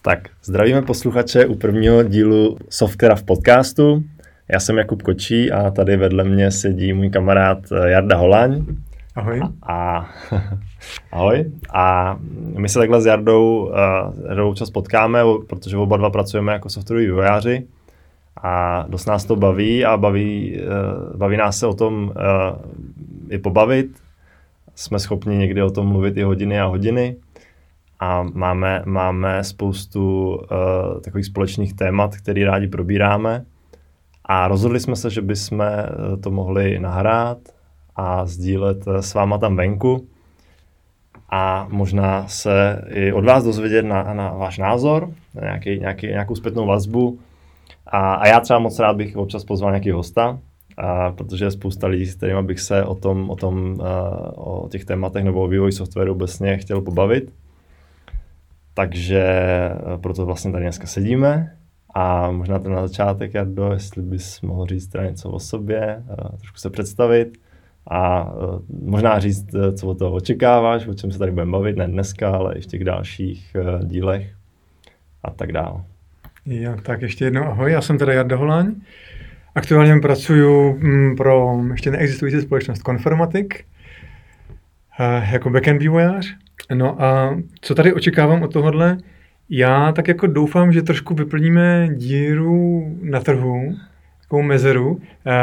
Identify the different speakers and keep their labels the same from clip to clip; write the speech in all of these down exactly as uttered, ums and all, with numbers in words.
Speaker 1: Tak, zdravíme posluchače u prvního dílu Softcara v podcastu. Já jsem Jakub Kočí a tady vedle mě sedí můj kamarád Jarda Holaň.
Speaker 2: Ahoj.
Speaker 1: A, ahoj. A my se takhle s Jardou, Jardou čas potkáme, protože oba dva pracujeme jako softwaroví vývojáři. A dost nás to baví a baví, baví nás se o tom i pobavit. Jsme schopni někdy o tom mluvit i hodiny a hodiny. A máme, máme spoustu uh, takových společných témat, které rádi probíráme. A rozhodli jsme se, že bychom to mohli nahrát a sdílet s váma tam venku. A možná se i od vás dozvědět na, na váš názor, na nějaký, nějaký, nějakou zpětnou vazbu. A, a já třeba moc rád bych občas pozval nějaký hosta, a, protože je spousta lidí, s kterými bych se o, tom, o, tom, uh, o těch tématech nebo o vývoji softwaru obecně chtěl pobavit. Takže proto vlastně tady dneska sedíme a možná ten na začátek, Jardo, jestli bys mohl říct teda něco o sobě, trošku se představit a možná říct, co od toho očekáváš, o čem se tady budeme bavit, ne dneska, ale i v těch dalších dílech a tak dále.
Speaker 2: Jo, tak ještě jednou ahoj, já jsem teda Jarda Holaň. Aktuálně pracuji pro ještě neexistující společnost Conformatic jako backend vývojář. No a co tady očekávám od tohohle? Já tak jako doufám, že trošku vyplníme díru na trhu, takovou mezeru.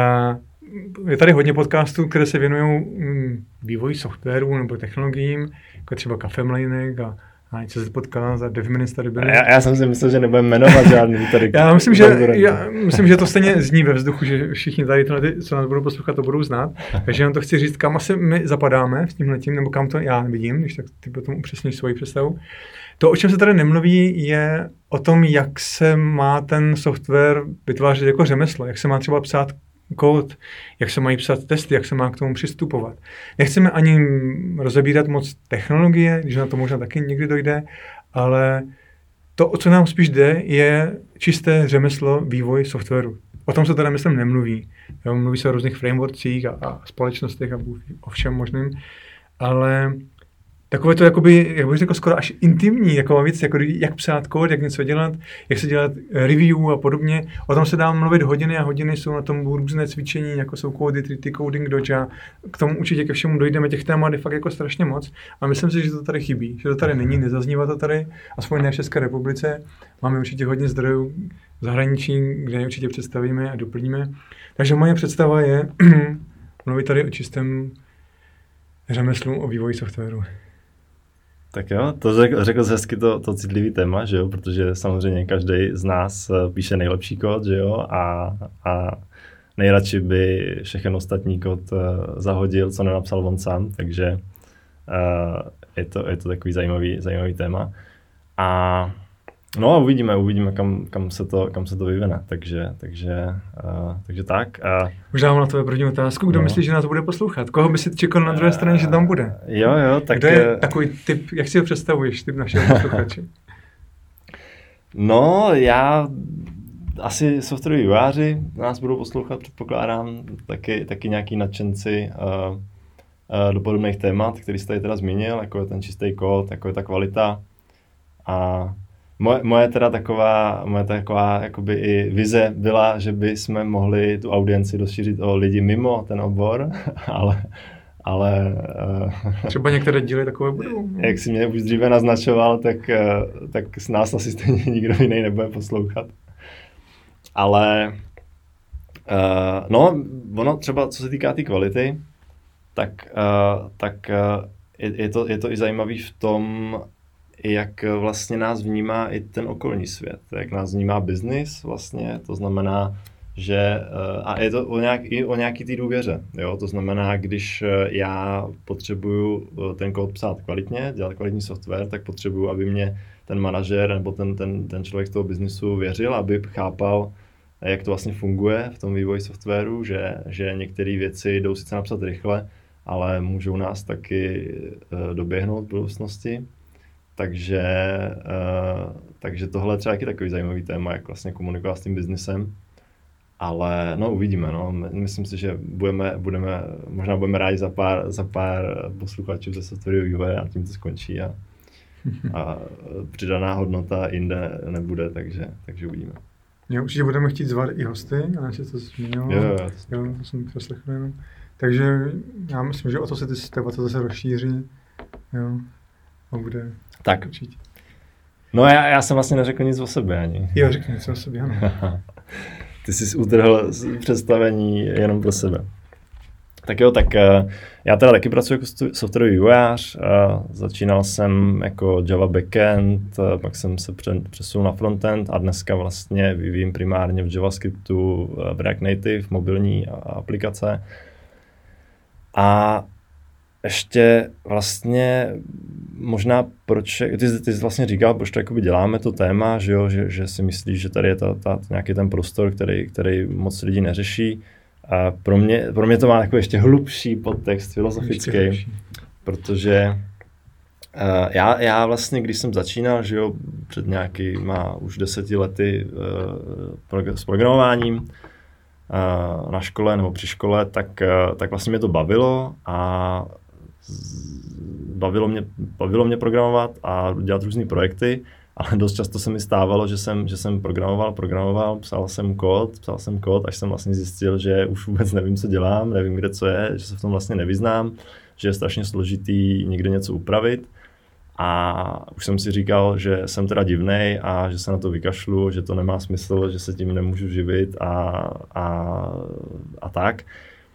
Speaker 2: Je tady hodně podcastů, které se věnují vývoji softwaru nebo technologiím, jako třeba Kafemlejnek a C Z podcast a DevMinutes tady byly.
Speaker 1: Já, já jsem si myslel, že nebudeme jmenovat žádný tady.
Speaker 2: já, myslím, že, já myslím, že to stejně zní ve vzduchu, že všichni tady, ty, co nás budou poslouchat, to budou znát. Takže jenom to chci říct, kam asi my zapadáme s tímhletím, nebo kam to já nevidím, když tak ty potom upřesníš svoji představu. To, o čem se tady nemluví, je o tom, jak se má ten software vytvářet jako řemeslo, jak se má třeba psát kód, jak se mají psát testy, jak se má k tomu přistupovat. Nechceme ani rozebírat moc technologie, když na to možná taky někdy dojde, ale to, o co nám spíš jde, je čisté řemeslo vývoj softwaru. O tom se teda, myslím, nemluví. Jo, mluví se o různých frameworkcích a, a společnostech a o všem možným, ale takové to, jakoby, jak bych řekl, skoro až intimní, jako věc, jako jak psát kód, jak něco dělat, jak se dělat review a podobně. O tom se dá mluvit hodiny a hodiny, jsou na tom různé cvičení, jako jsou kódy, tři D Coding Dojo. K tomu určitě ke všemu dojdeme, těch témat je fakt jako strašně moc. A myslím si, že to tady chybí, že to tady není, nezaznívá to tady, aspoň ne v České republice. Máme určitě hodně zdrojů v zahraničí, kde je určitě představíme a doplníme. Takže moje představa je mluvit tady o čistém řemeslu, o vývoji softwaru.
Speaker 1: Tak jo, to řekl, řekl jsi hezky to, to citlivý téma, že jo, protože samozřejmě každý z nás píše nejlepší kód, že jo, a, a nejradši by všechen ostatní kód zahodil, co nenapsal on sám, takže uh, je, to, je to takový zajímavý, zajímavý téma. A no a uvidíme, uvidíme, kam, kam, se, to, kam se to vyvine, takže, takže, uh, takže tak. Uh,
Speaker 2: Možná mám na tebe první otázku, kdo no. myslí, že nás bude poslouchat? Koho by si čekal na druhé straně, že tam bude?
Speaker 1: Jo, jo, tak...
Speaker 2: Kdo je takový typ, jak si ho představuješ, typ našeho posluchače?
Speaker 1: No, já... Asi softwaroví vývojáři nás budou poslouchat, předpokládám, taky, taky nějaký nadšenci uh, uh, do podobných témat, který jste tady teda zmínil, jako je ten čistý kód, jako je ta kvalita. A moje, moje teda taková, moje taková jakoby i vize byla, že by jsme mohli tu audienci rozšířit o lidi mimo ten obor, ale... ale uh,
Speaker 2: třeba některé díly takové budou.
Speaker 1: Jak jsi mě už dříve naznačoval, tak, uh, tak s nás asi stejně nikdo jiný nebude poslouchat. Ale uh, no, ono třeba, co se týká té tý kvality, tak, uh, tak uh, je, je, to, je to i zajímavý v tom, jak vlastně nás vnímá i ten okolní svět, jak nás vnímá biznis vlastně, to znamená, že, uh, a je to o, nějak, i o nějaký té důvěře, jo, to znamená, když já potřebuju ten kód psát kvalitně, dělat kvalitní software, tak potřebuju, aby mě ten manažer nebo ten, ten, ten člověk z toho biznisu věřil, aby chápal, jak to vlastně funguje v tom vývoji softwaru, že, že některé věci jdou sice napsat rychle, ale můžou nás taky uh, doběhnout v budoucnosti. Takže, uh, takže tohle je třeba taky takový zajímavý téma, jak vlastně komunikovat s tím biznisem. Ale no uvidíme, no. Myslím si, že budeme, budeme, možná budeme rádi za pár, za pár posluchačů ze softwarového vývoje a tím to skončí. A, a přidaná hodnota jinde nebude, takže, takže uvidíme.
Speaker 2: Jo, určitě budeme chtít zvat i hosty, já si to zmínil.
Speaker 1: Jo, jo,
Speaker 2: jo, to jsem přeslechl jenom. Takže já myslím, že o to se ty debaty zase rozšíří. Jo, a bude
Speaker 1: tak.
Speaker 2: určitě.
Speaker 1: No já, já jsem vlastně neřekl nic o sobě ani.
Speaker 2: Jo, řekni něco o sobě, ano.
Speaker 1: Ty jsi utrhl představení jenom pro sebe. Tak jo, tak já teda taky pracuji jako softwarový vývojář. Začínal jsem jako Java backend, pak jsem se přesunul na frontend a dneska vlastně vyvíjím primárně v JavaScriptu, v React Native, mobilní aplikace. A ještě vlastně možná proč, ty, ty jsi vlastně říkal, proč to jakoby děláme to téma, že, jo, že, že si myslíš, že tady je ta, ta, nějaký ten prostor, který, který moc lidí neřeší. A pro mě, pro mě to má takový ještě hlubší podtext filozofický, protože uh, já, já vlastně, když jsem začínal, že jo, před nějakýma už deseti lety uh, s programováním uh, na škole nebo při škole, tak, uh, tak vlastně mě to bavilo a bavilo mě, bavilo mě programovat a dělat různý projekty, ale dost často se mi stávalo, že jsem, že jsem programoval, programoval, psal jsem kód, psal jsem kód, až jsem vlastně zjistil, že už vůbec nevím, co dělám, nevím, kde co je, že se v tom vlastně nevyznám, že je strašně složitý někde něco upravit. A už jsem si říkal, že jsem teda divnej a že se na to vykašlu, že to nemá smysl, že se tím nemůžu živit a, a, a tak.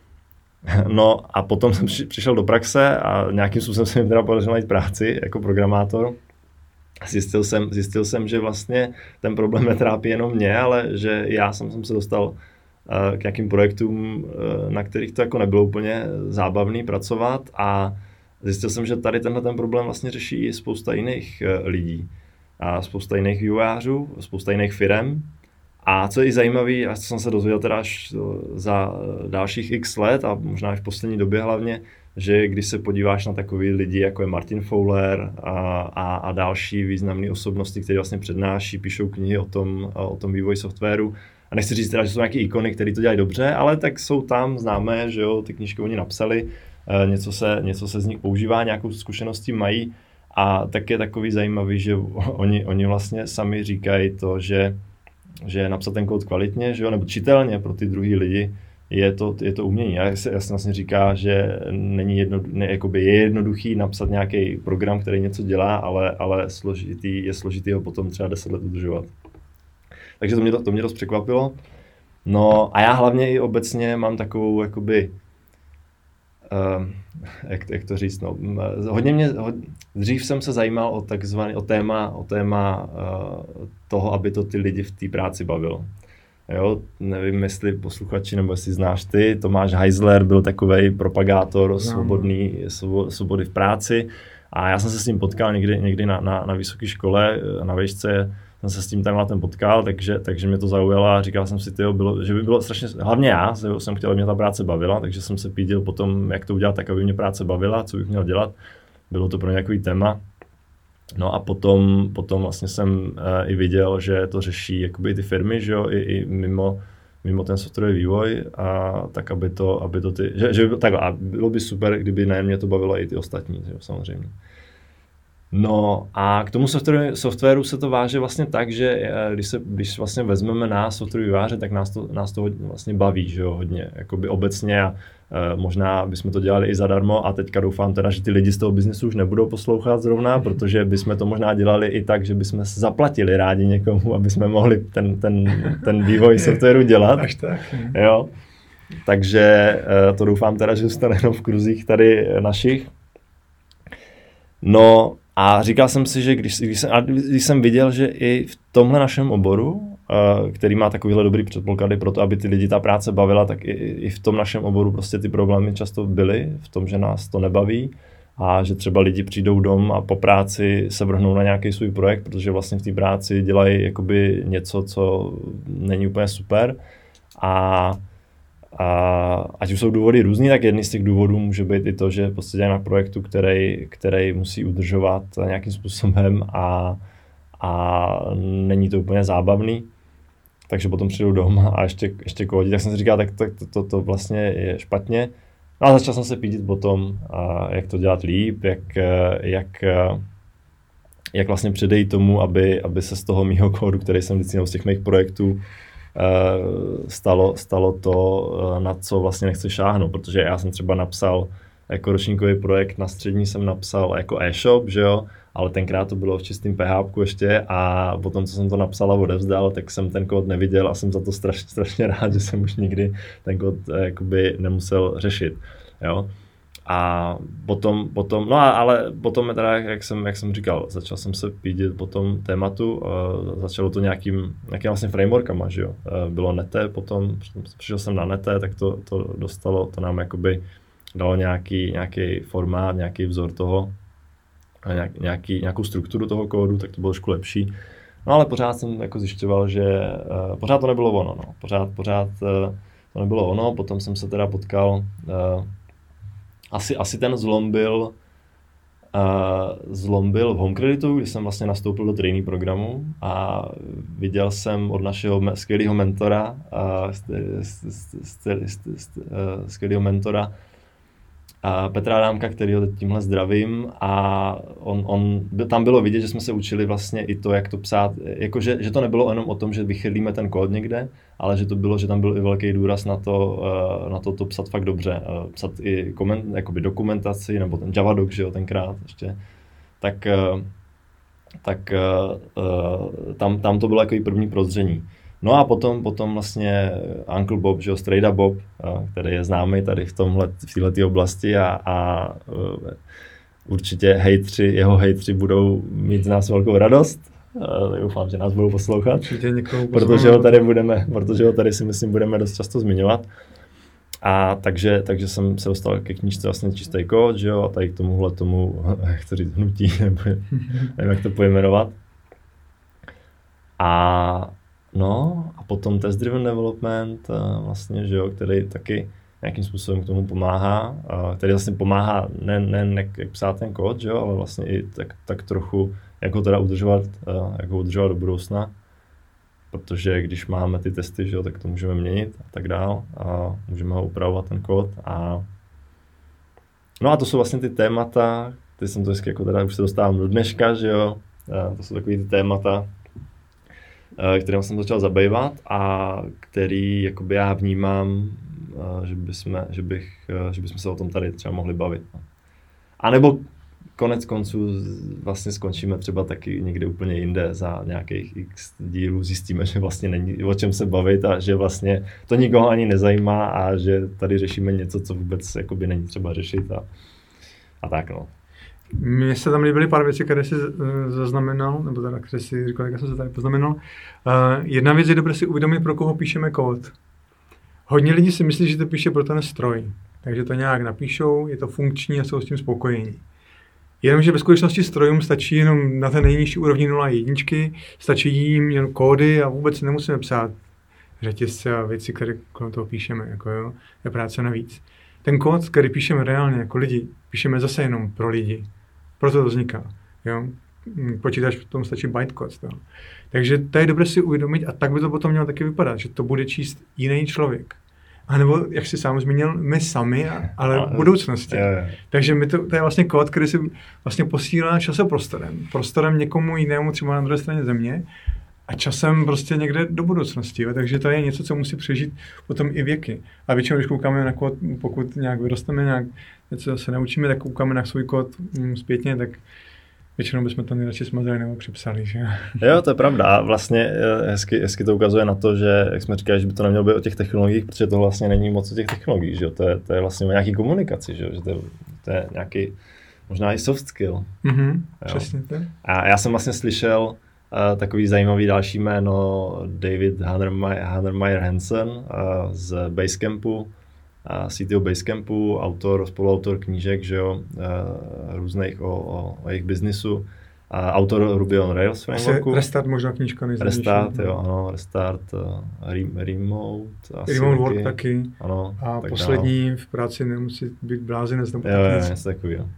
Speaker 1: No a potom jsem přišel do praxe a nějakým způsobem se mi teda podařilo najít práci jako programátor. Zjistil jsem, zjistil jsem, že vlastně ten problém netrápí jenom mě, ale že já jsem, jsem se dostal uh, k nějakým projektům, uh, na kterých to jako nebylo úplně zábavný pracovat a zjistil jsem, že tady tenhle ten problém vlastně řeší i spousta jiných uh, lidí a spousta jiných vývojářů, spousta jiných firem. A co je i zajímavé, a co jsem se dozvěděl teda až za dalších x let a možná až v poslední době hlavně, že když se podíváš na takový lidi, jako je Martin Fowler a, a, a další významné osobnosti, které vlastně přednáší, píšou knihy o tom, o tom vývoji softwaru. A nechci říct teda, že jsou nějaké ikony, které to dělají dobře, ale tak jsou tam známé, že jo, ty knížky oni napsali, něco se, něco se z nich používá, nějakou zkušeností mají a tak je takový zajímavý, že oni, oni vlastně sami říkají to, že že napsat ten kód kvalitně, že jo, nebo čitelně pro ty druhý lidi, je to, je to umění. A jasně vlastně říká, že není jedno, ne, jakoby je jednoduchý napsat nějaký program, který něco dělá, ale, ale složitý, je složitý ho potom třeba deset let udržovat. Takže to mě, to, to mě dost překvapilo. No a já hlavně i obecně mám takovou, jakoby, uh, jak, jak to říct, no, hodně mě, hod, dřív jsem se zajímal o takzvaný, o téma, o téma uh, toho, aby to ty lidi v té práci bavilo. Jo, nevím, jestli posluchači, nebo jestli znáš ty, Tomáš Heisler byl takovej propagátor no. svobodný, svobody v práci a já jsem se s ním potkal někdy, někdy na, na, na vysoké škole, na vejšce, jsem se s tím tématem potkal, takže, takže mě to zaujalo a říkal jsem si, tyjo, bylo, že by bylo strašně, hlavně já jsem chtěl, aby mě ta práce bavila, takže jsem se pídil potom, jak to udělat tak, aby mě práce bavila, co bych měl dělat. Bylo to pro mě takový téma. No a potom, potom vlastně jsem uh, i viděl, že to řeší jakoby ty firmy, že jo, i, i mimo, mimo ten softwarový vývoj, a tak aby to, aby to ty, že, že by, takhle, a bylo by super, kdyby nejen mě to bavilo i ty ostatní, že jo, samozřejmě. No a k tomu softwaru, softwaru se to váže vlastně tak, že když, se, když vlastně vezmeme nás softwarový vývojáře, tak nás to, nás to vlastně baví, že jo, hodně, jakoby obecně a e, možná bychom to dělali i zadarmo a teďka doufám teda, že ty lidi z toho biznesu už nebudou poslouchat zrovna, protože bychom to možná dělali i tak, že bychom zaplatili rádi někomu, aby jsme mohli ten, ten, ten vývoj softwaru dělat.
Speaker 2: Až tak.
Speaker 1: Jo. Takže e, to doufám teda, že zůstane jenom v kruzích tady našich. No a říkal jsem si, že když, když, jsem, když jsem viděl, že i v tomhle našem oboru, který má takovýhle dobrý předpoklady pro to, aby ty lidi ta práce bavila, tak i, i v tom našem oboru prostě ty problémy často byly, v tom, že nás to nebaví a že třeba lidi přijdou dom a po práci se vrhnou na nějaký svůj projekt, protože vlastně v té práci dělají jakoby něco, co není úplně super a A ať už jsou důvody různý, tak jedný z těch důvodů může být i to, že prostě dělají na projektu, který, který musí udržovat nějakým způsobem a, a není to úplně zábavný. Takže potom přijdou doma a ještě, ještě kódí. Tak jsem si říkal, tak to, to, to, to vlastně je špatně. No a začal jsem se pídit potom, a jak to dělat líp, jak, jak, jak vlastně předejít tomu, aby, aby se z toho mýho kódu, který jsem vždycky z těch mých projektů, stalo, stalo to, na co vlastně nechci šáhnout, protože já jsem třeba napsal jako ročníkový projekt na střední jsem napsal jako e-shop, že jo, ale tenkrát to bylo v čistým P H P ještě a potom, co jsem to napsal a odevzdal, tak jsem ten kód neviděl a jsem za to strašně, strašně rád, že jsem už nikdy ten kód jakoby nemusel řešit, jo. A potom, potom, no ale potom teda, jak jsem, jak jsem říkal, začal jsem se pídit po tom tématu, uh, začalo to nějakým, nějakým vlastně frameworkama, že jo. Uh, bylo Nete, potom přišel jsem na Nete, tak to, to dostalo, to nám jakoby dalo nějaký, nějaký formát, nějaký vzor toho, nějak, nějaký, nějakou strukturu toho kódu, tak to bylo trošku lepší. No ale pořád jsem jako zjišťoval, že uh, pořád to nebylo ono, no. Pořád, pořád uh, to nebylo ono, potom jsem se teda potkal, uh, asi, asi ten zlom byl, uh, zlom byl v HomeCreditu, kdy jsem vlastně nastoupil do trainee programu a viděl jsem od našeho skvělého mentora, uh, skvělého mentora, a Petra Adámka, kterýho teď tímhle zdravím a on, on, tam bylo vidět, že jsme se učili vlastně i to, jak to psát, jakože, že to nebylo jenom o tom, že vychylíme ten kód někde, ale že to bylo, že tam byl i velký důraz na to, na to, to psat fakt dobře, psat i koment, jakoby dokumentaci, nebo ten Javadoc, že jo, tenkrát ještě, tak, tak tam, tam to bylo jako i první prozření. No a potom, potom vlastně Uncle Bob, že jo, Strejda Bob, který je známý tady v tomhle, v této oblasti a, a určitě hejtři, jeho hejtři budou mít z nás velkou radost. Doufám, že nás budou poslouchat, protože ho tady budeme, protože ho tady si myslím budeme dost často zmiňovat. A takže, takže jsem se dostal ke knížce vlastně Čistý kód, že jo, a tady k tomuhle tomu, jak to říct, hnutí, nebo nevím, jak to pojmenovat. A no a potom test driven development, vlastně, že jo, který taky nějakým způsobem k tomu pomáhá, který vlastně pomáhá ne, ne, ne jak psát ten kód, že jo, ale vlastně i tak, tak trochu, jak ho teda udržovat, jak ho udržovat do budoucna, protože když máme ty testy, že jo, tak to můžeme měnit a tak dál a můžeme ho upravovat ten kód a no a to jsou vlastně ty témata, ty jsem to vždycky jako teda už se dostávám do dneška, že jo, to jsou takový ty témata, kterým jsem začal zabývat a který jakoby já vnímám, že, bychom, že, bych, že bychom se o tom tady třeba mohli bavit. A nebo konec konců vlastně skončíme třeba taky někde úplně jinde za nějakých x dílů, zjistíme, že vlastně není o čem se bavit a že vlastně to nikoho ani nezajímá a že tady řešíme něco, co vůbec jakoby není třeba řešit a, a tak no.
Speaker 2: Mně se tam líbily pár věcí, které jsi zaznamenal, nebo teda, které jsi říkal, jak jsem se tady poznamenal. Uh, jedna věc je dobré si uvědomit, pro koho píšeme kód. Hodně lidí si myslí, že to píše pro ten stroj, takže to nějak napíšou, je to funkční a jsou s tím spokojení. Jenomže ve skutečnosti strojům stačí jenom na té nejnižší úrovni nula a jedničky, stačí jim jen kódy a vůbec nemusíme psát řetězce a věci, které kolem toho píšeme, jako jo, je práce navíc. Ten kód, který píšeme reálně jako lidi, píšeme zase jenom pro lidi. Proto to vzniká. Jo? Počítač v tom stačí bytecode. Jo? Takže to je dobré si uvědomit a tak by to potom mělo taky vypadat, že to bude číst jiný člověk. A nebo, jak jsi sám zmínil, my sami, ale v budoucnosti. Je, je. Takže my to, to je vlastně kód, který si vlastně posílá časoprostorem. Prostorem někomu jinému, třeba na druhé straně země, a časem prostě někde do budoucnosti. Jo? Takže to je něco, co musí přežít potom i věky. A většinou, když koukáme na kód, pokud nějak vyrosteme, nějak něco se naučíme, tak koukáme na svůj kód mm, zpětně, tak většinou bychom to nejradši smazali nebo připsali. Že?
Speaker 1: Jo, to je pravda. A vlastně hezky, hezky to ukazuje na to, že, jak jsme říkali, že by to nemělo být o těch technologiích, protože to vlastně není moc o těch technologiích. Že? To, je, to je vlastně o nějaký komunikaci, že, že to, je, to je nějaký možná i soft skill.
Speaker 2: Mm-hmm, přesně tak.
Speaker 1: A já jsem vlastně slyšel Uh, takový zajímavý další jméno David Heinemeier Hansson uh, z Basecampu, uh, C T O Basecampu, autor, spoluautor knížek, že jo, uh, různých o, o, o jejich biznisu, uh, autor Ruby on Rails frameworku.
Speaker 2: Restart možná knížka nejznámější.
Speaker 1: Restart, jo, ano, Restart, uh, re, Remote.
Speaker 2: Remote Work taky.
Speaker 1: Ano,
Speaker 2: a poslední dál. V práci nemusí být blázinec nebo
Speaker 1: jo, jo, něco takového.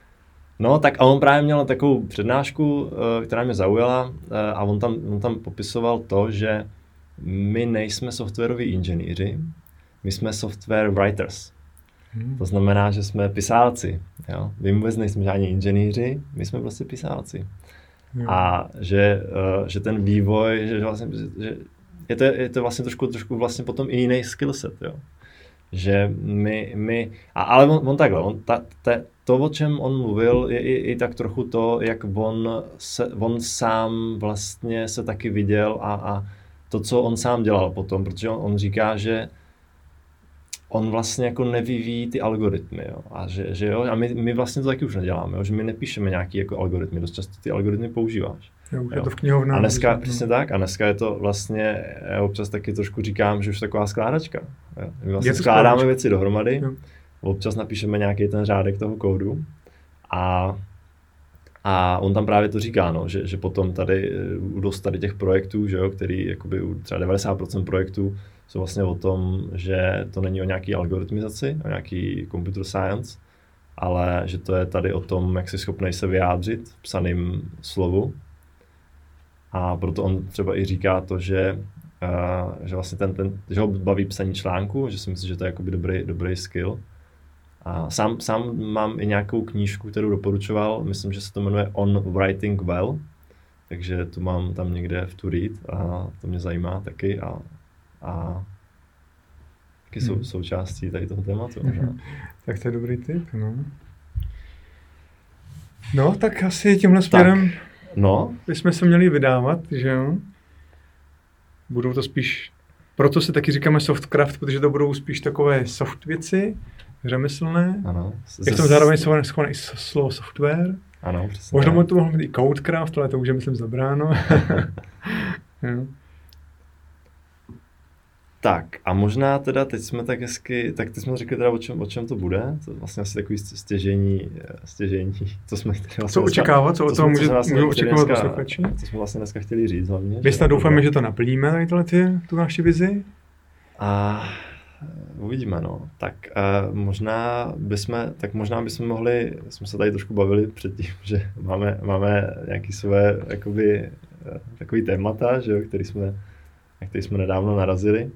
Speaker 1: No, tak a on právě měl takovou přednášku, která mě zaujala a on tam, on tam popisoval to, že my nejsme softwaroví inženýři, my jsme software writers. Hmm. To znamená, že jsme pisálci. Jo? My vůbec nejsme žádní inženýři, my jsme prostě pisálci.
Speaker 2: Jo.
Speaker 1: A že, uh, že ten vývoj, že vlastně, že je, to, je to vlastně trošku, trošku vlastně potom i jiný skillset, jo. Že my, my a, ale on, on takhle, on, ta, ta, to, o čem on mluvil, je i, i tak trochu to, jak on, se, on sám vlastně se taky viděl a, a to, co on sám dělal potom, protože on, on říká, že on vlastně jako nevyvíjí ty algoritmy, jo. A, že, že jo, a my, my vlastně to taky už neděláme, jo, že my nepíšeme nějaký jako algoritmy, dost často ty algoritmy používáš.
Speaker 2: Jo, už jo. Je to v knihovnách.
Speaker 1: A dneska, přesně tak, a dneska je to vlastně, já občas taky trošku říkám, že už taková skládačka. Jo. My vlastně skládáme skládačka. Věci dohromady, jo. Občas napíšeme nějaký ten řádek toho kódu a, a on tam právě to říká, no, že, že potom tady u dost tady těch projektů, že jo, který jakoby třeba devadesát procent projektů jsou vlastně o tom, že to není o nějaký algoritmizaci, o nějaký computer science, ale že to je tady o tom, jak jsi schopný se vyjádřit v psaným slovu. A proto on třeba i říká to, že, uh, že vlastně ten, ten, že ho baví psaní článku, že si myslím, že to je jakoby dobrý, dobrý skill. A sám, sám mám i nějakou knížku, kterou doporučoval, myslím, že se to jmenuje On Writing Well, takže tu mám tam někde v to read a to mě zajímá taky a, a taky jsou
Speaker 2: hmm.
Speaker 1: součástí tady toho tématu.
Speaker 2: Hmm. Tak to je dobrý tip, no. No, tak asi tímhle směrem
Speaker 1: no.
Speaker 2: bychom se měli vydávat, že jo. Budou to spíš, proto se taky říkáme softcraft, protože to budou spíš takové soft věci, řemeslné.
Speaker 1: Ano.
Speaker 2: Je v tom zároveň schované i slovo software.
Speaker 1: Ano, přesně.
Speaker 2: Možná to mohlo být i codecraft, ale to už je, myslím, zabráno.
Speaker 1: Tak a možná teda teď jsme tak hezky, tak teď jsme řekli teda o čem, o čem to bude, to je vlastně asi takový stěžení, stěžení, co jsme chtěli vlastně
Speaker 2: co očekávat, co od toho můžu vlastně očekávat posluchači?
Speaker 1: Co jsme vlastně dneska chtěli říct hlavně.
Speaker 2: My snad doufáme, že to naplníme, tady tohle ty, tu naši vizi.
Speaker 1: A uvidíme, no. Tak uh, možná bychom, tak možná bychom mohli, jsme se tady trošku bavili předtím, že máme, máme nějaké své, jakoby, takový témata, že jo, který jsme, na který jsme nedávno narazili.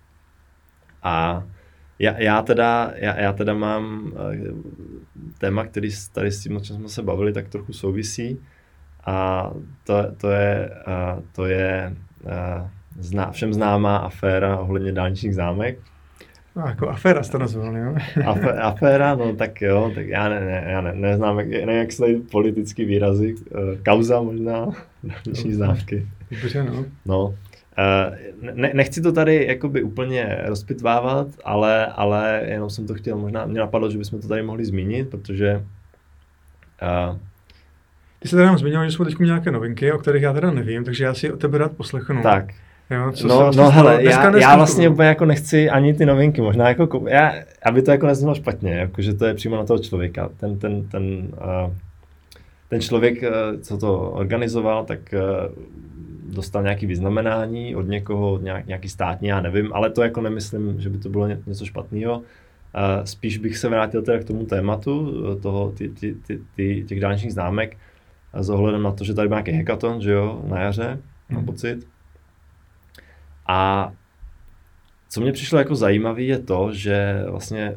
Speaker 1: A já, já, teda, já, já teda mám téma, který tady s tím, o čem jsme se bavili, tak trochu souvisí. A to, to je, to je zná, všem známá aféra ohledně dálničních známek.
Speaker 2: No, jako aféra jste nazval, jo?
Speaker 1: Afé, aféra, no tak jo, tak já, ne, ne, já ne, neznám, jak, ne, jak se tady politický výrazy, kauza možná, dálniční známky.
Speaker 2: Dobře, no.
Speaker 1: No. Ne, nechci to tady jakoby úplně rozpitvávat, ale, ale jenom jsem to chtěl, možná mě napadlo, že bychom to tady mohli zmínit, protože... Uh,
Speaker 2: Ty jsi teda nám zmínil, že jsou teď nějaké novinky, o kterých já teda nevím, takže já si o tebe rád poslechnu.
Speaker 1: Tak.
Speaker 2: Jo, co
Speaker 1: no,
Speaker 2: vlastně
Speaker 1: no hele,
Speaker 2: dneska,
Speaker 1: já,
Speaker 2: dneska
Speaker 1: já vlastně úplně jako nechci ani ty novinky, možná jako, já, aby to jako neznělo špatně, jako, že to je přímo na toho člověka. Ten, ten, ten, uh, ten člověk, uh, co to organizoval, tak uh, dostal nějaké vyznamenání od někoho, od nějak, nějaký státní, já nevím, ale to jako nemyslím, že by to bylo něco špatného. Uh, spíš bych se vrátil teda k tomu tématu toho, ty, ty, ty, ty, těch dálničních známek s ohledem na to, že tady byl nějaký hackathon, že jo, na jaře,
Speaker 2: hmm.
Speaker 1: mám pocit. A co mě přišlo jako zajímavé je to, že vlastně,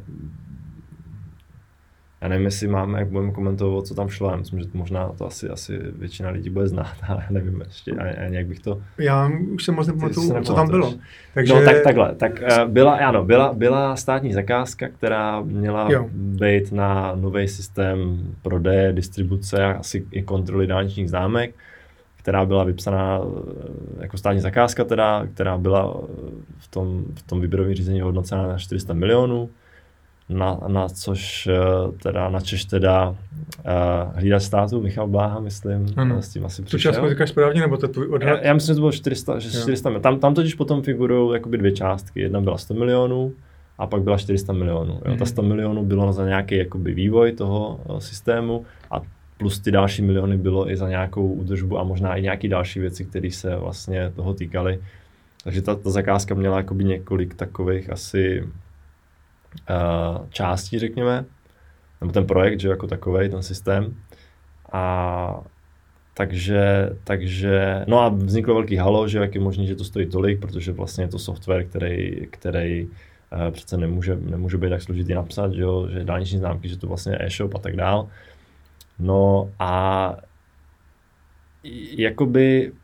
Speaker 1: já nevím, jestli máme, jak budeme komentovat, co tam šlo, já myslím, že to možná to asi, asi většina lidí bude znát, ale nevím ještě, ani jak bych to...
Speaker 2: Já už jsem moc nepamatuju, co tam bylo.
Speaker 1: Takže... No tak takhle, tak byla, ano, byla, byla státní zakázka, která měla jo. být na nový systém prodeje, distribuce a asi i kontroly dálničních známek, která byla vypsaná jako státní zakázka, teda, která byla v tom, v tom výběrovém řízení hodnocena na čtyři sta milionů, na, na což teda na Češ teda uh, hlídač státu, Michal Bláha, myslím, ano. S tím asi přišel.
Speaker 2: Tu částku říkáš správně, nebo to tvůj odhad?
Speaker 1: Já, já myslím, že to bylo čtyři sta, že čtyři sta milionů. Tam, tam totiž potom figurují jakoby dvě částky. Jedna byla sto milionů a pak byla čtyři sta milionů. Jo. Mm-hmm. Ta sto milionů bylo za nějaký jakoby vývoj toho uh, systému a plus ty další miliony bylo i za nějakou údržbu a možná i nějaké další věci, které se vlastně toho týkaly. Takže ta, ta zakázka měla jakoby několik takových asi uh, částí, řekněme, nebo ten projekt, že jako takovej, ten systém. A takže, takže, no a vzniklo velký halo, že jak je možné, že to stojí tolik, protože vlastně je to software, který, který uh, přece nemůže, nemůže být tak složitý napsat, že, jo, že dálniční známky, že to vlastně je e-shop a tak dál. No a jakoby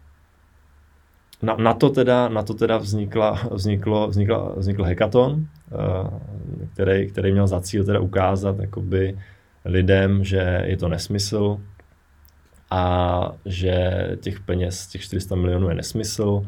Speaker 1: na, na to teda, na to teda vznikla, vzniklo, vznikla, vznikl hackathon, který, který měl za cíl teda ukázat jakoby lidem, že je to nesmysl a že těch peněz, těch čtyři sta milionů je nesmysl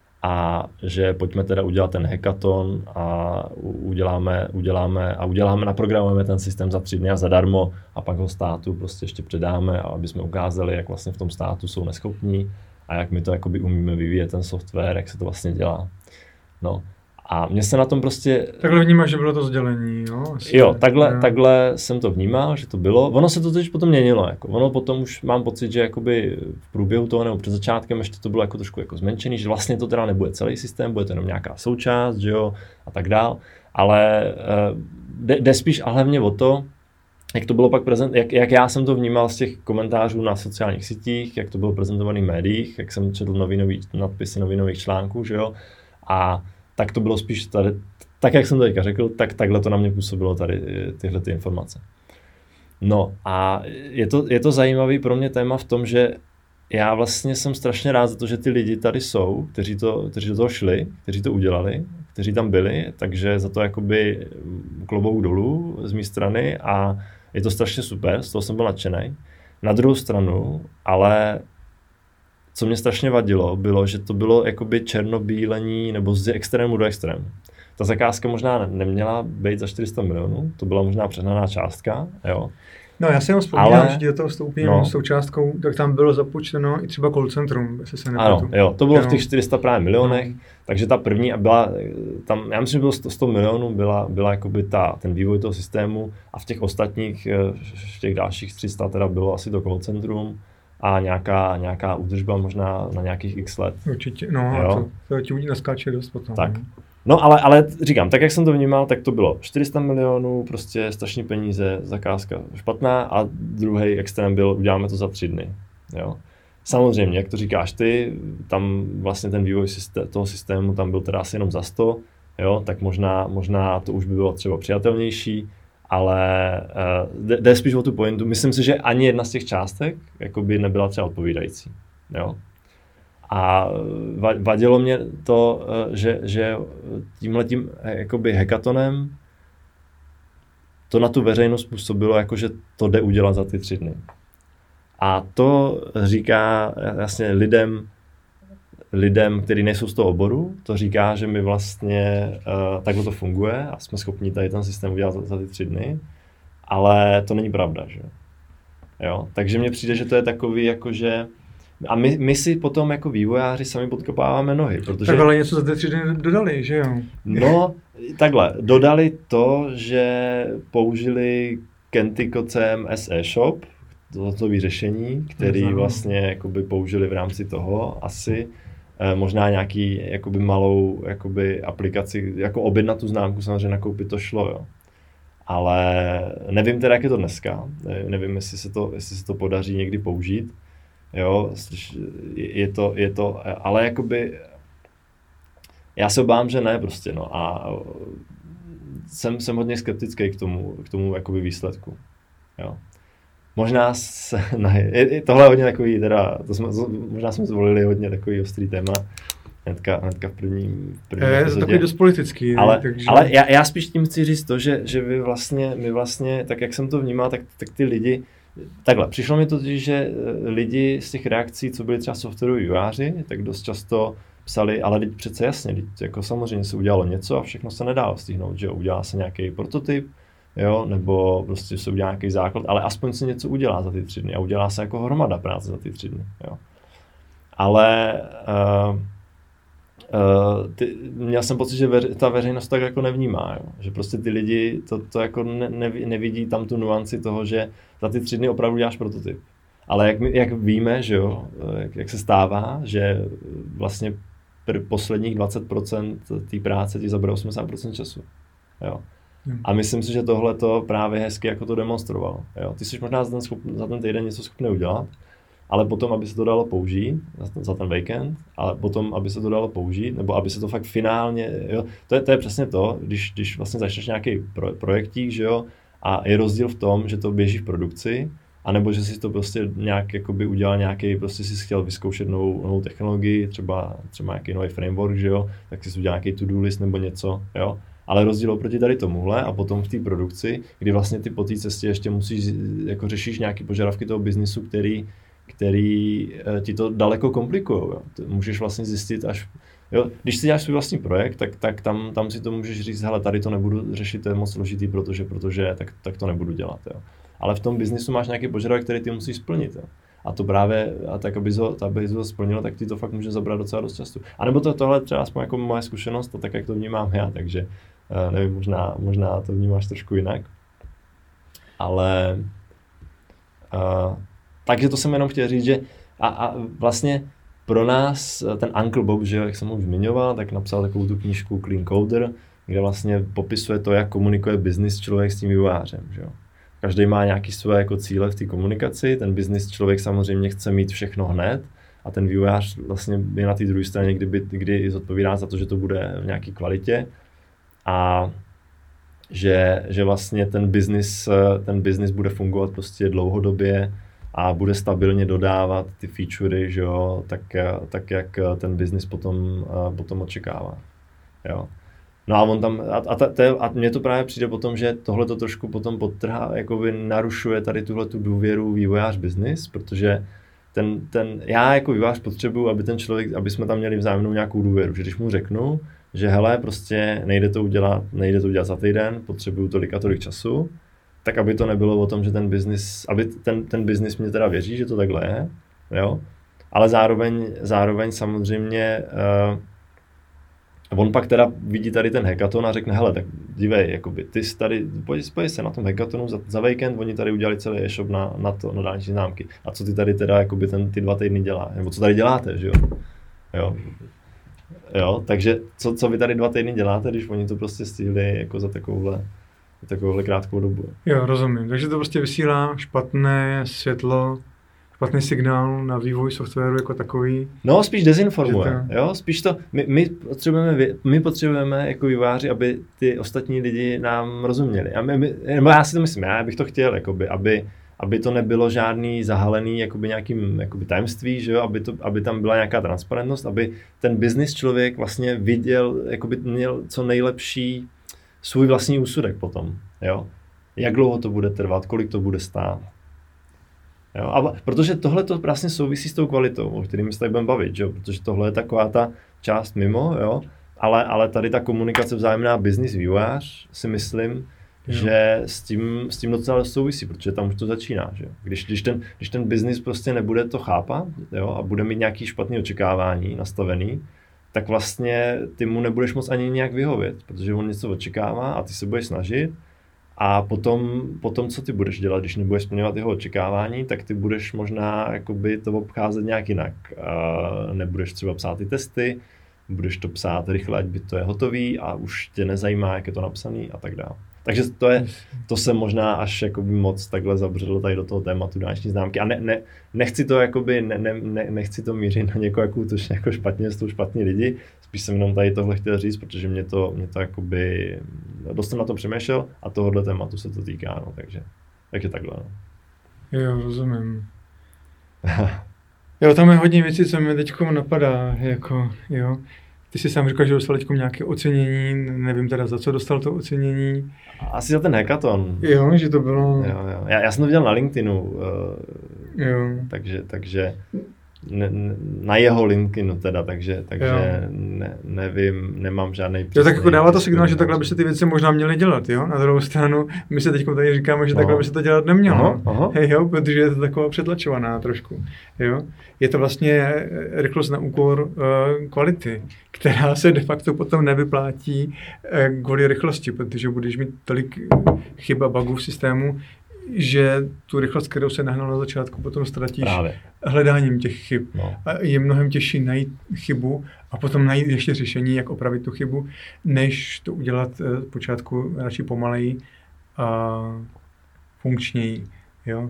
Speaker 1: a že pojďme teda udělat ten hackathon a uděláme, uděláme a uděláme, naprogramujeme ten systém za tři dny a zadarmo a pak ho státu prostě ještě předáme, aby jsme ukázali, jak vlastně v tom státu jsou neschopní a jak my to jakoby umíme vyvíjet ten software, jak se to vlastně dělá. No. A mě se na tom prostě...
Speaker 2: Takhle vnímáš, že bylo to sdělení, jo? Asi
Speaker 1: jo, takhle,
Speaker 2: ne.
Speaker 1: takhle jsem to vnímal, že to bylo. Ono se to teď potom měnilo. Jako. Ono potom už mám pocit, že jakoby v průběhu toho nebo před začátkem ještě to bylo jako trošku jako zmenšený, že vlastně to teda nebude celý systém, bude to jenom nějaká součást, že jo, a tak dál. Ale jde, jde spíš a hlavně o to, jak to bylo pak prezent, jak, jak já jsem to vnímal z těch komentářů na sociálních sítích, jak to bylo prezentované v médiích, jak jsem četl novinový nadpisy novinových článků, že jo, a tak to bylo spíš tady, tak jak jsem to teďka řekl, tak takhle to na mě působilo tady tyhle ty informace. No a je to, je to zajímavý pro mě téma v tom, že já vlastně jsem strašně rád za to, že ty lidi tady jsou, kteří, to, kteří do toho šli, kteří to udělali, kteří tam byli, takže za to jakoby klobouk dolů z mé strany a je to strašně super, z toho jsem byl nadšenej. Na druhou stranu, ale co mě strašně vadilo, bylo, že to bylo jakoby černobílení nebo z extrému do extrému. Ta zakázka možná neměla být za čtyři sta milionů, to byla možná přehnaná částka, jo.
Speaker 2: No já si jenom vzpomínám,
Speaker 1: ale,
Speaker 2: že do toho vstoupím
Speaker 1: no.
Speaker 2: s tou částkou, tak tam bylo započteno i třeba call centrum, jestli se nepletu.
Speaker 1: Ano, jo, to bylo
Speaker 2: jo.
Speaker 1: v těch čtyři sta právě milionech, no. Takže ta první a byla, tam, já myslím, že bylo sto milionů, byla, byla jakoby ta, ten vývoj toho systému a v těch ostatních, v těch dalších tři sta teda bylo asi to call centrum a nějaká, nějaká údržba možná na nějakých x let.
Speaker 2: Určitě, no jo. a to, to ti udí naskáče dost potom.
Speaker 1: Tak. No ale, ale říkám, tak jak jsem to vnímal, tak to bylo čtyři sta milionů, prostě strašný peníze, zakázka špatná a druhý extrém byl, uděláme to za tři dny. Jo. Samozřejmě, jak to říkáš ty, tam vlastně ten vývoj systé- toho systému tam byl teda asi jenom za sto, jo, tak možná, možná to už by bylo třeba přijatelnější, ale uh, jde, jde spíš o tu pointu. Myslím si, že ani jedna z těch částek jakoby nebyla třeba odpovídající. Jo. A vadilo mě to, že, že tímhletím jakoby hackathonem to na tu veřejnost způsobilo, jako že to jde udělat za ty tři dny. A to říká jasně lidem, lidem, kteří nejsou z toho oboru, to říká, že my vlastně uh, takhle to funguje a jsme schopni tady ten systém udělat za, za ty tři dny, ale to není pravda, že jo. Takže mně přijde, že to je takový, jakože a my, my si potom jako vývojáři sami podkopáváme nohy, protože...
Speaker 2: Tak ale něco za ty tři dny dodali, že jo?
Speaker 1: No, takhle, dodali to, že použili Kentico C M S e-shop, toto vyřešení, který vlastně jakoby použili v rámci toho asi, eh, možná nějaký jakoby malou jakoby aplikaci, jako objednat tu známku, samozřejmě nakoupit to šlo, jo. Ale nevím teda, jak je to dneska, nevím, jestli se to, jestli se to podaří někdy použít. Jo, je to, je to, ale jakoby, já se obávám, že ne prostě, no a jsem, jsem hodně skeptický k tomu, k tomu jakoby výsledku, jo. Možná se, ne, je, tohle je hodně takový, teda, to jsme, možná jsme zvolili hodně takový ostrý téma, hnedka, hnedka v prvním, v prvním
Speaker 2: je to takový dost politický.
Speaker 1: Ale,
Speaker 2: takže...
Speaker 1: ale já, já spíš tím chci říct to, že, že vy vlastně, my vlastně, tak jak jsem to vnímal, tak, tak ty lidi, takhle, přišlo mi to, že lidi z těch reakcí, co byli třeba softwaroví vývojáři, tak dost často psali, ale teď přece jasně, teď jako samozřejmě se udělalo něco a všechno se nedalo stihnout, že jo, udělá se nějaký prototyp, jo, nebo prostě se udělá nějaký základ, ale aspoň se něco udělá za ty tři dny a udělá se jako hromada práce za ty tři dny, jo. Ale uh, uh, ty, měl jsem pocit, že veř, ta veřejnost tak jako nevnímá, jo, že prostě ty lidi to, to jako ne, ne, nevidí tam tu nuanci toho, že za ty tři dny opravdu děláš prototyp. Ale jak, my, jak víme, že jo, jak, jak se stává, že vlastně pr- posledních dvacet procent té práce ti zabere osmdesát procent času, jo. A myslím si, že tohle to právě hezky jako to demonstrovalo. Jo. Ty jsi možná za ten, schop, za ten týden něco schopný udělat, ale potom, aby se to dalo použít, za ten, za ten víkend, ale potom, aby se to dalo použít, nebo aby se to fakt finálně, jo, to je, to je přesně to, když, když vlastně začneš nějaký pro, projektík, že jo, a je rozdíl v tom, že to běží v produkci anebo že si to prostě nějak jakoby udělal nějaký, prostě si chtěl vyzkoušet novou, novou technologii, třeba, třeba nějaký nový framework, že jo, tak si udělal nějaký to-do list nebo něco, jo. Ale rozdíl oproti tady tomuhle a potom v té produkci, kdy vlastně ty po té cestě ještě musíš, jako řešíš nějaké požadavky toho biznisu, který, který ti to daleko komplikují. Můžeš vlastně zjistit až, jo, když si děláš svůj vlastní projekt, tak, tak tam, tam si to můžeš říct, hele, tady to nebudu řešit, to je moc složitý, protože, protože tak, tak to nebudu dělat. Jo. Ale v tom biznisu máš nějaký požadavek, který ty musíš splnit. Jo. A to právě, a tak aby ho, aby ho splnilo, tak ti to fakt může zabrat docela dost času. A nebo to, tohle třeba aspoň jako moje zkušenost, to tak, jak to vnímám já, takže uh, nevím, možná, možná to vnímáš trošku jinak. Ale uh, takže to jsem jenom chtěl říct, že a, a vlastně pro nás ten Uncle Bob, že jak jsem už zmiňoval, tak napsal takovou tu knížku Clean Coder, kde vlastně popisuje to, jak komunikuje business člověk s tím vývojářem, že jo. Každý má nějaké své jako cíle v té komunikaci, ten business člověk samozřejmě chce mít všechno hned a ten vývojář vlastně je na té druhé straně, kdyby, kdy zodpovídá za to, že to bude v nějaké kvalitě a že, že vlastně ten business, ten business bude fungovat prostě dlouhodobě a bude stabilně dodávat ty featurey, že jo, tak, tak jak ten business potom, potom očekává. Jo. No a on tam, a, a, ta, a mně to právě přijde potom, že tohle to trošku potom podtrhá, jakoby narušuje tady tuhle tu důvěru vývojář business, protože ten, ten, já jako vývojář potřebuju, aby ten člověk, aby jsme tam měli vzájemnou nějakou důvěru, že když mu řeknu, že hele, prostě nejde to udělat, nejde to udělat za týden, potřebuju tolik a tolik času, tak aby to nebylo o tom, že ten business, aby ten, ten business mě teda věří, že to takhle je, jo, ale zároveň, zároveň samozřejmě uh, on pak teda vidí tady ten hackathon a řekne, hele, tak dívej, jakoby, ty jsi tady, pojď, pojď se na tom hackathonu za, za víkend, oni tady udělali celý e-shop na, na to, na dálniční známky. A co ty tady teda, jakoby, ten, ty dva týdny dělá, nebo co tady děláte, že jo? Jo, jo takže co, co vy tady dva týdny děláte, když oni to prostě stihli jako za takovouhle, za takovouhle krátkou dobu.
Speaker 2: Jo, rozumím, takže to prostě vysílá špatné světlo, špatný signál na vývoj softwaru jako takový.
Speaker 1: No, spíš dezinformuje, to... jo, spíš to, my, my potřebujeme, my potřebujeme jako vývojáři, aby ty ostatní lidi nám rozuměli. A my, my, nebo já si to myslím, já bych to chtěl, jakoby, aby, aby to nebylo žádný zahalený jakoby nějakým jakoby tajemství, že jo, aby, to, aby tam byla nějaká transparentnost, aby ten business člověk vlastně viděl, jakoby měl co nejlepší svůj vlastní úsudek potom, jo. Jak dlouho to bude trvat, kolik to bude stát. Jo, a protože tohle to vlastně souvisí s tou kvalitou, o kterým se tady budeme bavit, jo? Protože tohle je taková ta část mimo, jo? Ale, ale tady ta komunikace vzájemná business vývojář si myslím, jo. že s tím, s tím docela souvisí, protože tam už to začíná. Že? Když, když, ten, když ten business prostě nebude to chápat, jo? A bude mít nějaký špatný očekávání nastavený, tak vlastně ty mu nebudeš moc ani nějak vyhovět, protože on něco očekává a ty se budeš snažit. A potom, potom, co ty budeš dělat, když nebudeš splňovat jeho očekávání, tak ty budeš možná jakoby to obcházet nějak jinak. Uh, nebudeš třeba psát ty testy, budeš to psát rychle, ať by to je hotový a už tě nezajímá, jak je to napsaný a tak dále. Takže to, je, to se možná až jakoby moc takhle zabředlo tady do toho tématu dálniční známky. A ne, ne, nechci to jakoby, ne, ne, nechci to mířit na někoho jako útočně jako špatně, jsou špatní lidi. Spíš jsem jenom tady tohle chtěl říct, protože mě to, mě to jakoby, dost jsem na to přemýšlel a tohohle tématu se to týká, no, takže, takže takhle. No.
Speaker 2: Jo, rozumím. Jo, tam je hodně věcí, co mi teď napadá, jako, jo. Ty jsi sám říkal, že dostal teď nějaké ocenění, nevím teda za co dostal to ocenění.
Speaker 1: Asi za ten hackathon.
Speaker 2: Jo, že to bylo...
Speaker 1: Jo, jo. Já, já jsem to viděl na LinkedInu, uh,
Speaker 2: jo.
Speaker 1: takže, takže ne, na jeho LinkedInu teda, takže, takže ne, nevím, nemám žádný
Speaker 2: přesný. Jo, tak jako dává to signál, že takhle by se ty věci možná měly dělat, jo? Na druhou stranu, my se teď tady říkáme, že aha. takhle by se to dělat nemělo, aha, aha. Hej, jo, protože je to taková přetlačovaná trošku, jo? Je to vlastně rychlost na úkor uh, kvality, která se de facto potom nevyplátí uh, kvůli rychlosti, protože budeš mít tolik chyb a bugů v systému, že tu rychlost, kterou se nahnal na začátku, potom ztratíš právě hledáním těch chyb. No. A je mnohem těžší najít chybu a potom najít ještě řešení, jak opravit tu chybu, než to udělat z počátku radši pomaleji a funkčněji. Jo?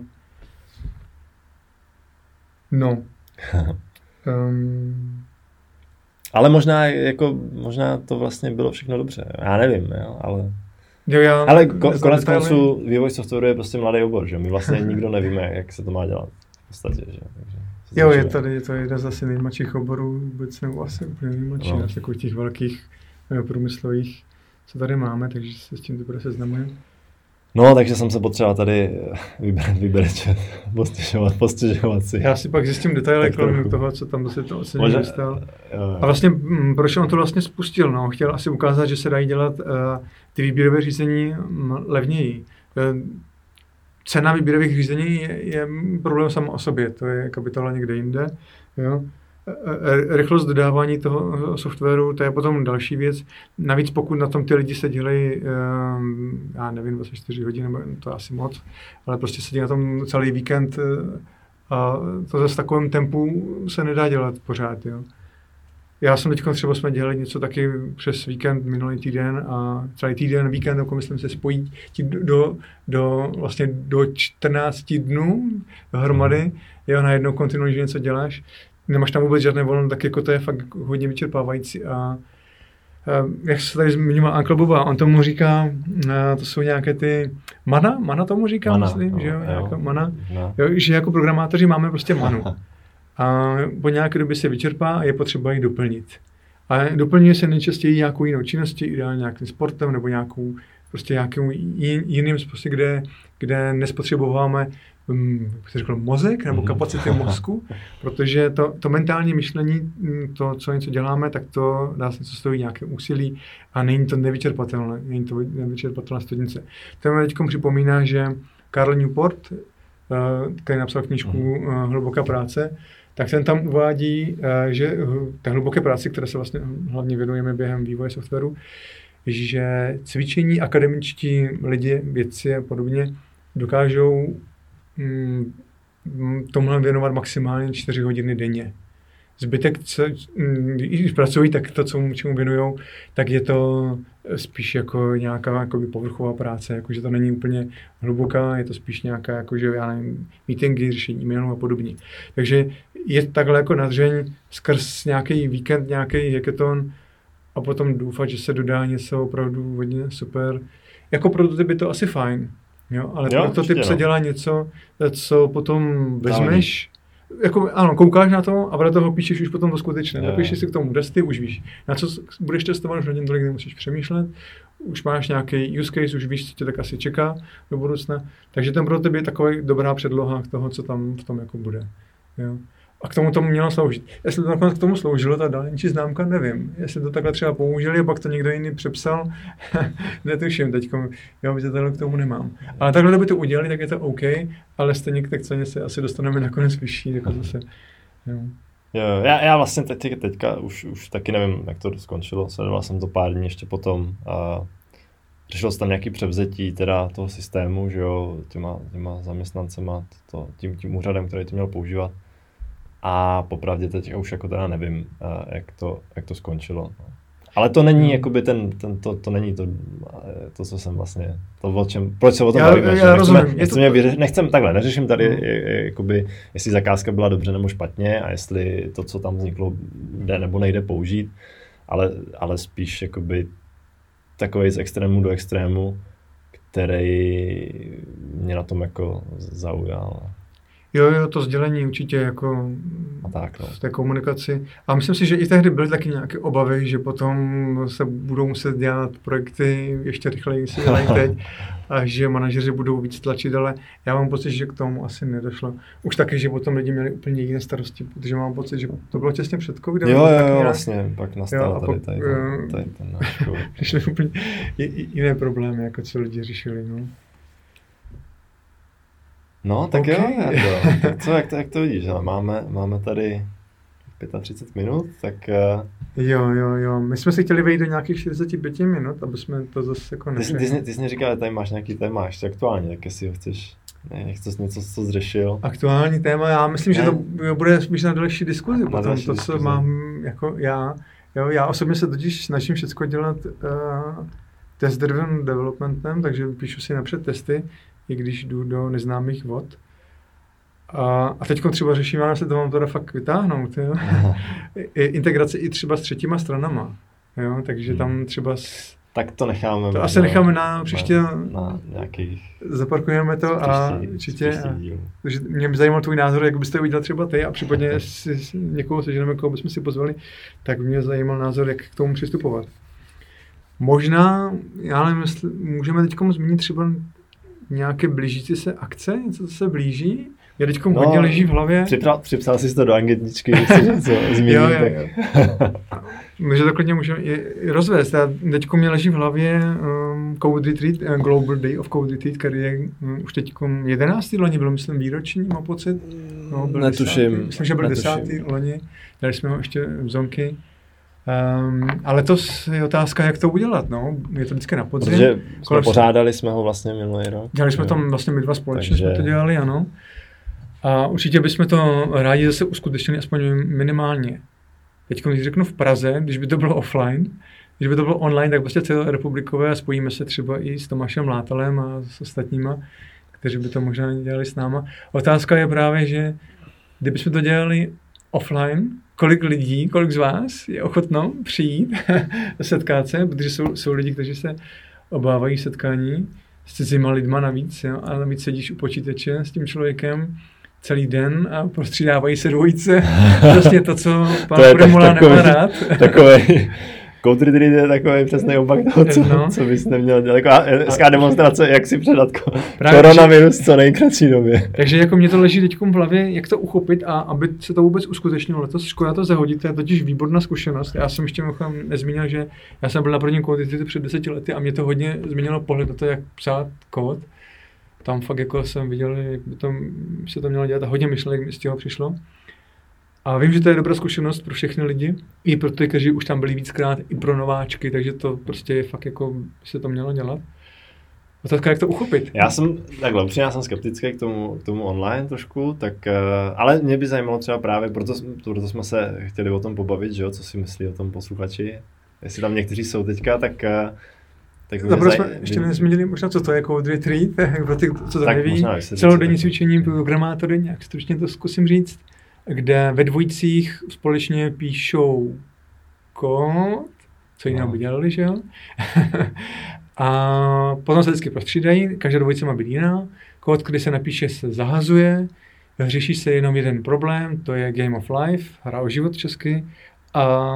Speaker 2: No. um.
Speaker 1: Ale možná, jako, možná to vlastně bylo všechno dobře. Já nevím, jo, ale...
Speaker 2: Jo, já
Speaker 1: ale ko- konec konců vývoj softwaru je prostě mladý obor, že? My vlastně nikdo nevíme, jak se to má dělat v podstatě, že? Takže
Speaker 2: jo, je tady, je to jeden z asi nejmladších oborů, vůbec nebo asi úplně nejmladší, no. Takových těch velkých průmyslových, co tady máme, takže se s tím teprve seznamujeme.
Speaker 1: No, takže jsem se potřeboval tady vybrat, vybrat, postěžovat, postěžovat si.
Speaker 2: Já si pak zjistím detaily kolem toho, co tam se to ocenění dostal. A vlastně, proč on to vlastně spustil? No, chtěl asi ukázat, že se dají dělat uh, ty výběrové řízení levněji. Uh, cena výběrových řízení je, je problém samo o sobě, to je kapitola někde jinde. Jo? Rychlost dodávání toho softwaru, to je potom další věc. Navíc pokud na tom ty lidi seděli, já nevím, dvacet čtyři hodin, nebo to je asi moc, ale prostě sedí na tom celý víkend a to zase v takovém tempu se nedá dělat pořád. Jo. Já jsem teď třeba jsme dělali něco taky přes víkend minulý týden a celý týden víkend, jako myslím, se spojí do, do, vlastně do čtrnácti dnů dohromady, jo, najednou kontinuálně něco děláš. Nemáš tam vůbec žádné volno, tak jako to je fakt hodně vyčerpávající. A, a jak se tady zmiňoval Uncle Boba, on tomu říká, a to jsou nějaké ty mana, mana tomu říká, mana, myslím, no, že jo, nějaká mana, no. Jo, že jako programátoři máme prostě manu. A po nějaké době se vyčerpá a je potřeba ji doplnit. A doplňuje se nejčastěji nějakou jinou činností, ideálně nějakým sportem nebo nějakou, prostě nějakým jiným způsobem, kde, kde nespotřebováme jak se řekl, mozek nebo kapacity mozku, protože to, to mentální myšlení, to, co něco děláme, tak to dá se něco stojí nějaké úsilí a není to nevyčerpatelné, není to nevyčerpatelná studnice. To mi teď připomíná, že Carl Newport, který napsal knížku Hluboká práce, tak ten tam uvádí, že ta hluboké práci, které se vlastně hlavně věnujeme během vývoje softwaru, že cvičení akademičtí lidi, vědci a podobně dokážou tomhle věnovat maximálně čtyři hodiny denně. Zbytek, co, když pracují, tak to, co čemu věnujou, tak je to spíš jako nějaká jakoby povrchová práce, jakože to není úplně hluboká, je to spíš nějaká, jakože já nevím, meetingy, řešení e-mailů a podobně. Takže je takhle jako nadřeň skrz nějaký víkend, nějaký hackathon a potom doufat, že se dodá něco opravdu hodně super. Jako prototyp je to asi fajn. Jo, ale jo, prototyp se dělá něco, co potom vezmeš, jako, ano, koukáš na to a vedle toho píšeš už potom to skutečné. Napíšeš si k tomu testy, už víš, na co budeš testovat, už na něm tolik nemusíš přemýšlet, už máš nějaký use case, už víš, co tě tak asi čeká do budoucna. Takže ten prototyp je takový dobrá předloha k toho, co tam v tom jako bude. Jo. A k tomu to mělo sloužit. Jestli to nakonec k tomu sloužilo, ta dálniční známka, nevím. Jestli to takhle třeba použili a pak to někdo jiný přepsal, netuším teďko, jo, vysvětleno k tomu nemám. Ale takhle, kdyby to udělali, tak je to OK, ale stejně k té ceně se asi dostaneme nakonec vyšší, jako zase, jo.
Speaker 1: Jo, já, já vlastně teď, teďka už, už taky nevím, jak to skončilo, sledoval jsem to pár dní ještě potom a řešilo se tam nějaký převzetí teda toho systému, že jo, těma, těma zaměstnancema, to, tím, tím úřadem, který to měl používat. A popravdě teď už jako teda nevím, jak to, jak to skončilo. Ale to není, jakoby ten, ten to, to není to, to, co jsem vlastně, to o čem, proč se o tom
Speaker 2: já,
Speaker 1: bavíme.
Speaker 2: Já
Speaker 1: nechceme,
Speaker 2: rozumím.
Speaker 1: nechceme, vyřeš, nechcem takhle, neřeším tady, no. jakoby, jestli zakázka byla dobře nebo špatně a jestli to, co tam vzniklo, jde nebo nejde použít, ale, ale spíš jakoby takovej z extrému do extrému, který mě na tom jako zaujal.
Speaker 2: Jo, jo, to sdělení určitě jako
Speaker 1: a tak, no.
Speaker 2: v té komunikaci. A myslím si, že i tehdy byly taky nějaké obavy, že potom se budou muset dělat projekty ještě rychleji, si dělají teď, a že manažeři budou víc tlačit, ale já mám pocit, že k tomu asi nedošlo. Už taky, že potom lidi měli úplně jiné starosti, protože mám pocit, že to bylo těsně před covidem.
Speaker 1: Jo, jo,
Speaker 2: jo,
Speaker 1: vlastně, pak nastalo tady, tady, tady, tady ten náš covid.
Speaker 2: Přišly úplně jiné problémy, jako co lidi řešili, no.
Speaker 1: No, tak okay. jo, jako, tak co, jak to, jak to vidíš, ale máme, máme tady třicet pět minut, tak... Uh...
Speaker 2: Jo, jo, jo, my jsme si chtěli vejít do nějakých čtyřicet pět minut, aby jsme to zase jako nešli.
Speaker 1: Ty, ty, ty jsi mě říkal, že tady máš nějaký téma ještě aktuálně, tak jestli ho chceš, ne, nechceš něco, co zřešil.
Speaker 2: Aktuální téma, já myslím, ne? že to bude spíš na další diskuzi,
Speaker 1: na
Speaker 2: potom
Speaker 1: další
Speaker 2: to,
Speaker 1: diskuzi.
Speaker 2: co mám jako já, jo, já osobně se totiž snažím všechno dělat uh, test-driven developmentem, takže píšu si napřed testy, i když jdu do neznámých vod. A, a teď třeba řeším, já se to mám teda fakt vytáhnout, jo? Integraci i třeba s třetíma stranama, jo? Takže tam třeba s,
Speaker 1: Tak to necháme.
Speaker 2: To asi necháme na příště.
Speaker 1: Na, na nějakých...
Speaker 2: Zaparkujeme to a určitě. Takže mě by zajímal tvůj názor, jak byste udělal třeba ty a případně jestli někoho seženeme, koho bychom si pozvali, tak mě zajímal názor, jak k tomu přistupovat. Možná, já nevím, jestli můžeme teď zmínit třeba nějaké blížící se akce, něco, co se blíží. Já teď no, hodně leží v hlavě.
Speaker 1: Připsal, připsal jsi to do anketničky, když jsi něco zmínit. jo, jo, jo.
Speaker 2: Takže to klidně můžeme i rozvést. Teď mě leží v hlavě um, Code Retreat, uh, Global Day of Code Retreat, který je um, už teď jedenáctý loni, bylo myslím výroční, mám pocit. No, byl
Speaker 1: netuším.
Speaker 2: desátý. Myslím, že byl desátý loni, dali jsme ho ještě v zonky. Um, ale to je otázka, jak to udělat, no. Je to vždycky na podzim.
Speaker 1: Protože jsme pořádali jsme ho vlastně minulý rok.
Speaker 2: Dělali jsme tam vlastně my dva společně, takže... jsme to dělali, ano. A určitě bychom to rádi zase uskutečnili aspoň minimálně. Teď, když řeknu v Praze, když by to bylo offline, když by to bylo online, tak prostě celorepublikové a spojíme se třeba i s Tomášem Látalem a s ostatníma, kteří by to možná dělali s náma. Otázka je právě, že kdybychom to dělali offline, kolik lidí, kolik z vás je ochotno přijít setkat se, protože jsou, jsou lidi, kteří se obávají setkání s cizíma lidma navíc, jo, a navíc sedíš u počítače s tím člověkem celý den a prostřídávají se dvojice. Prostě to, co pan Premula nemá rád.
Speaker 1: Takový Code Retreat je takový přesný opak toho, co, no. co bys neměl dělat. Taková hezká demonstrace, jak si předat koronavirus co nejkratší době.
Speaker 2: Takže jako mě to leží teď v hlavě, jak to uchopit a aby se to vůbec uskutečnilo letos. Škoda to zahodit, to je totiž výborná zkušenost. Já jsem ještě nezmínil, že já jsem byl na prvním Code Retreatu před deseti lety a mě to hodně změnilo pohled na to, jak psát kód. Tam fakt jako jsem viděl, jak by to, se to mělo dělat a hodně myšlenek mi z toho přišlo. A vím, že to je dobrá zkušenost pro všechny lidi, i pro ty, kteří už tam byli víckrát, i pro nováčky, takže to prostě je fakt jako se to mělo dělat. Otázka, jak to uchopit?
Speaker 1: Já jsem, takhle, upřímně, já jsem skeptický k tomu, k tomu online trošku, tak, ale mě by zajímalo třeba právě, proto, proto jsme se chtěli o tom pobavit, že jo, co si myslí o tom posluchači. Jestli tam někteří jsou teďka, tak... Tak
Speaker 2: Zaprvé jsme zaj... ještě nezmínili možná, co to je Code Retreat, pro ty, co to tak neví. Celodenní cvičení programátory, nějak stručně to zkusím říct, kde ve dvojicích společně píšou kód, co jiného by dělali, že jo? A potom se vždycky prostřídají, každá dvojice má být jiná. Kód, který se napíše, se zahazuje, řeší se jenom jeden problém, to je Game of Life, hra o život česky. A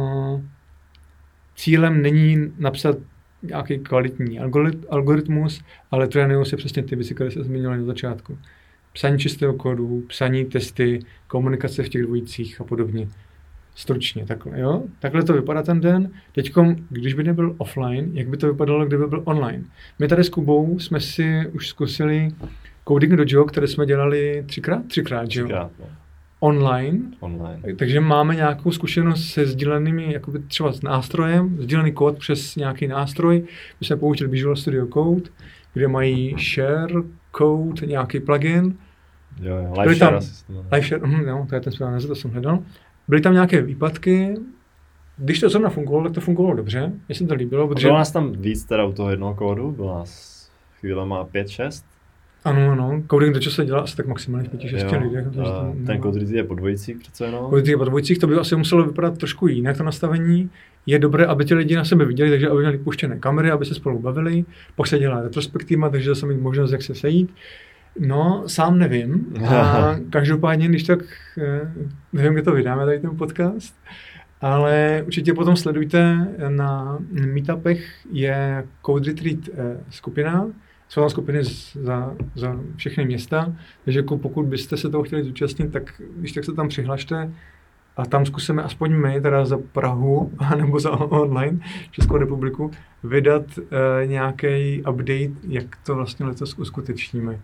Speaker 2: cílem není napsat nějaký kvalitní algoritmus, ale trénují se přesně ty věci, které se zmínily na začátku. Psaní čistého kódu, psaní testy, komunikace v těch dvojicích a podobně. Stručně, takhle, jo? Takhle to vypadá ten den. Teďkom, když by nebyl offline, jak by to vypadalo, kdyby byl online? My tady s Kubou jsme si už zkusili Coding Dojo, které jsme dělali třikrát, třikrát, že jo?
Speaker 1: Třikrát, no.
Speaker 2: Online.
Speaker 1: Online.
Speaker 2: Takže máme nějakou zkušenost se sdílenými, jakoby třeba s nástrojem, sdílený kód přes nějaký nástroj. My jsme použili Visual Studio Code, kde mají share code, nějaký plugin.
Speaker 1: Jo, jo, live share.
Speaker 2: Live share, hm, jo, to je ten správný název, to jsem hledal. Byly tam nějaké výpadky. Když to zrovna fungovalo, tak to fungovalo dobře. Mně se to líbilo,
Speaker 1: protože... Bylo nás tam víc teda u toho jednoho kódu, bylo nás chvílema pět šest.
Speaker 2: Ano, ano. Coding Dojo se dělá asi tak maximálně v pěti šesti lidech.
Speaker 1: Ten Code Retreat je po dvojicích přece jenom.
Speaker 2: Code Retreat je po dvojicích, to by asi muselo vypadat trošku jinak, to nastavení. Je dobré, aby ti lidi na sebe viděli, takže aby měli puštěné kamery, aby se spolu bavili. Pak se dělá retrospektiva, takže zase mít možnost, jak se sejít. No, sám nevím. A každopádně, když tak, nevím, kde to vydáme, tady ten podcast, ale určitě potom sledujte na meetupech, je Code Retreat skupina, jsou tam skupiny za, za všechny města, takže jako pokud byste se toho chtěli zúčastnit, tak když tak se tam přihlašte a tam zkusíme aspoň my, teda za Prahu, nebo za online Českou republiku, vydat uh, nějaký update, jak to vlastně letos uskutečníme.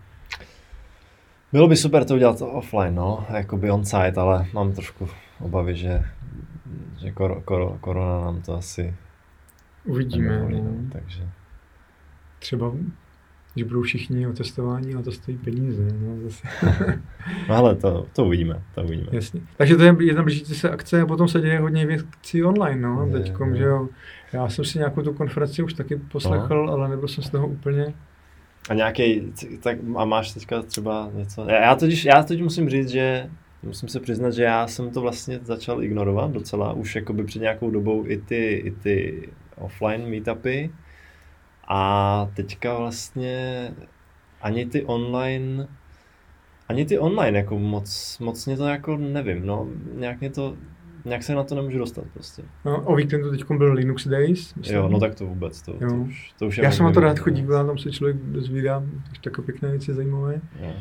Speaker 1: Bylo by super to udělat offline, no, jakoby on-site, ale mám trošku obavy, že, že kor, kor, korona nám to asi
Speaker 2: uvidíme,
Speaker 1: nevolí, no, takže...
Speaker 2: Třeba, že budou všichni otestování, a to stojí peníze. No, zase.
Speaker 1: No ale to, to uvidíme, to uvidíme.
Speaker 2: Jasně. Takže to je jedna blížící se akce a potom se děje hodně věcí online, no, je, teďkom, je. Že jo. Já jsem si nějakou tu konferenci už taky poslechl, no. Ale nebyl jsem z toho úplně...
Speaker 1: A nějaký, tak a máš teďka třeba něco? Já totiž, já totiž musím říct, že musím se přiznat, že já jsem to vlastně začal ignorovat docela, už jakoby před nějakou dobou i ty, i ty offline meetupy a teďka vlastně ani ty online, ani ty online jako moc, moc mě to jako nevím, no, nějak mě to, nějak se na to nemůžu dostat prostě.
Speaker 2: No, o víkendu teď byl Linux Days. Myslím.
Speaker 1: Jo, no tak to vůbec, to, to, už, to už je...
Speaker 2: Já jsem na to rád chodil, tam se člověk dozvídá, takže takové pěkné věci zajímavé. Jo.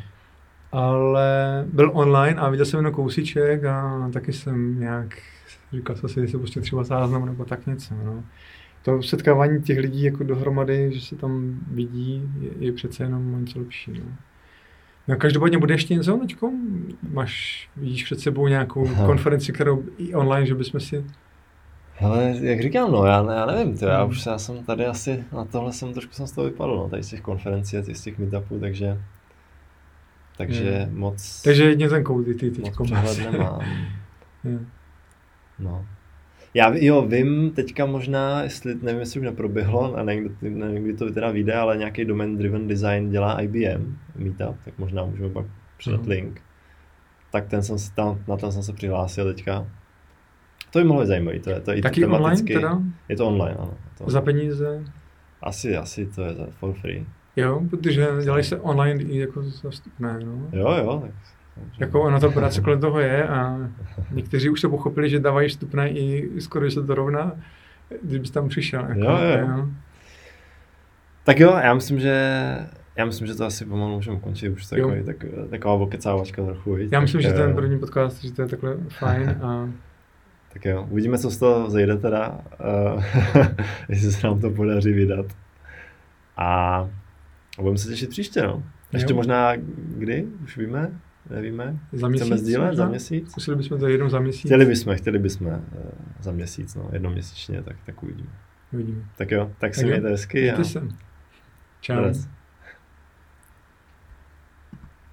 Speaker 2: Ale byl online a viděl jsem jenom kousíček a taky jsem nějak říkal jsem si, že se prostě třeba záznam nebo tak něco. No. To setkávání těch lidí jako dohromady, že se tam vidí, je, je přece jenom něco lepší. No. No každopádně bude ještě něco teďko? Máš, vidíš před sebou nějakou Aha. konferenci, kterou i online, že bychom si...
Speaker 1: Hele, jak říkám, no, já, já nevím, to, já už já jsem tady asi, na tohle jsem trošku jsem z toho vypadl, no, tady z těch konferencí a z těch meetupů, takže... Takže hmm. moc...
Speaker 2: Takže jedně ten koudy ty
Speaker 1: teďko moc přehled nemám.
Speaker 2: hmm.
Speaker 1: No. Já jo, vím teďka možná, jestli, nevím, jestli už neproběhlo, a nevím, nevím, kdy to teda vyjde, ale nějaký domain driven design dělá I B M Meetup, tak možná můžeme pak přidat mm. link. Tak ten jsem si tam, na ten jsem se přihlásil teďka. To by mohlo být zajímavý, to je to i
Speaker 2: taky
Speaker 1: tematicky.
Speaker 2: Online teda?
Speaker 1: Je to online, ano. To...
Speaker 2: Za peníze?
Speaker 1: Asi, asi to je for free.
Speaker 2: Jo, protože dělají se online i jako za vstupné, no.
Speaker 1: Jo, jo, tak...
Speaker 2: Jako ono to práce kolem toho je a někteří už to pochopili, že dávají vstupné i skoro, že se to rovná, kdybys tam přišel. Jako,
Speaker 1: jo, jo. jo. Tak jo, já myslím, že já myslím, že to asi pomalu můžeme končit už takový, tak, taková okecávačka trochu. Víc,
Speaker 2: já myslím,
Speaker 1: tak,
Speaker 2: že ten první podcast, že to je takhle fajn. A...
Speaker 1: Tak jo, uvidíme, co z toho zejde teda, uh, jestli se nám to podaří vydat. A budeme se těšit příště, no. Ještě jo. možná kdy, už víme? Nevíme.
Speaker 2: Za měsíc?
Speaker 1: Chceme sdílet za měsíc?
Speaker 2: Zkusili bychom to jednou za měsíc?
Speaker 1: Chtěli bychom, chtěli bychom uh, za měsíc, no, jednoměsíčně, tak, tak uvidíme.
Speaker 2: Uvidíme.
Speaker 1: Tak jo, tak si mějte hezky.
Speaker 2: Mějte se. Čau.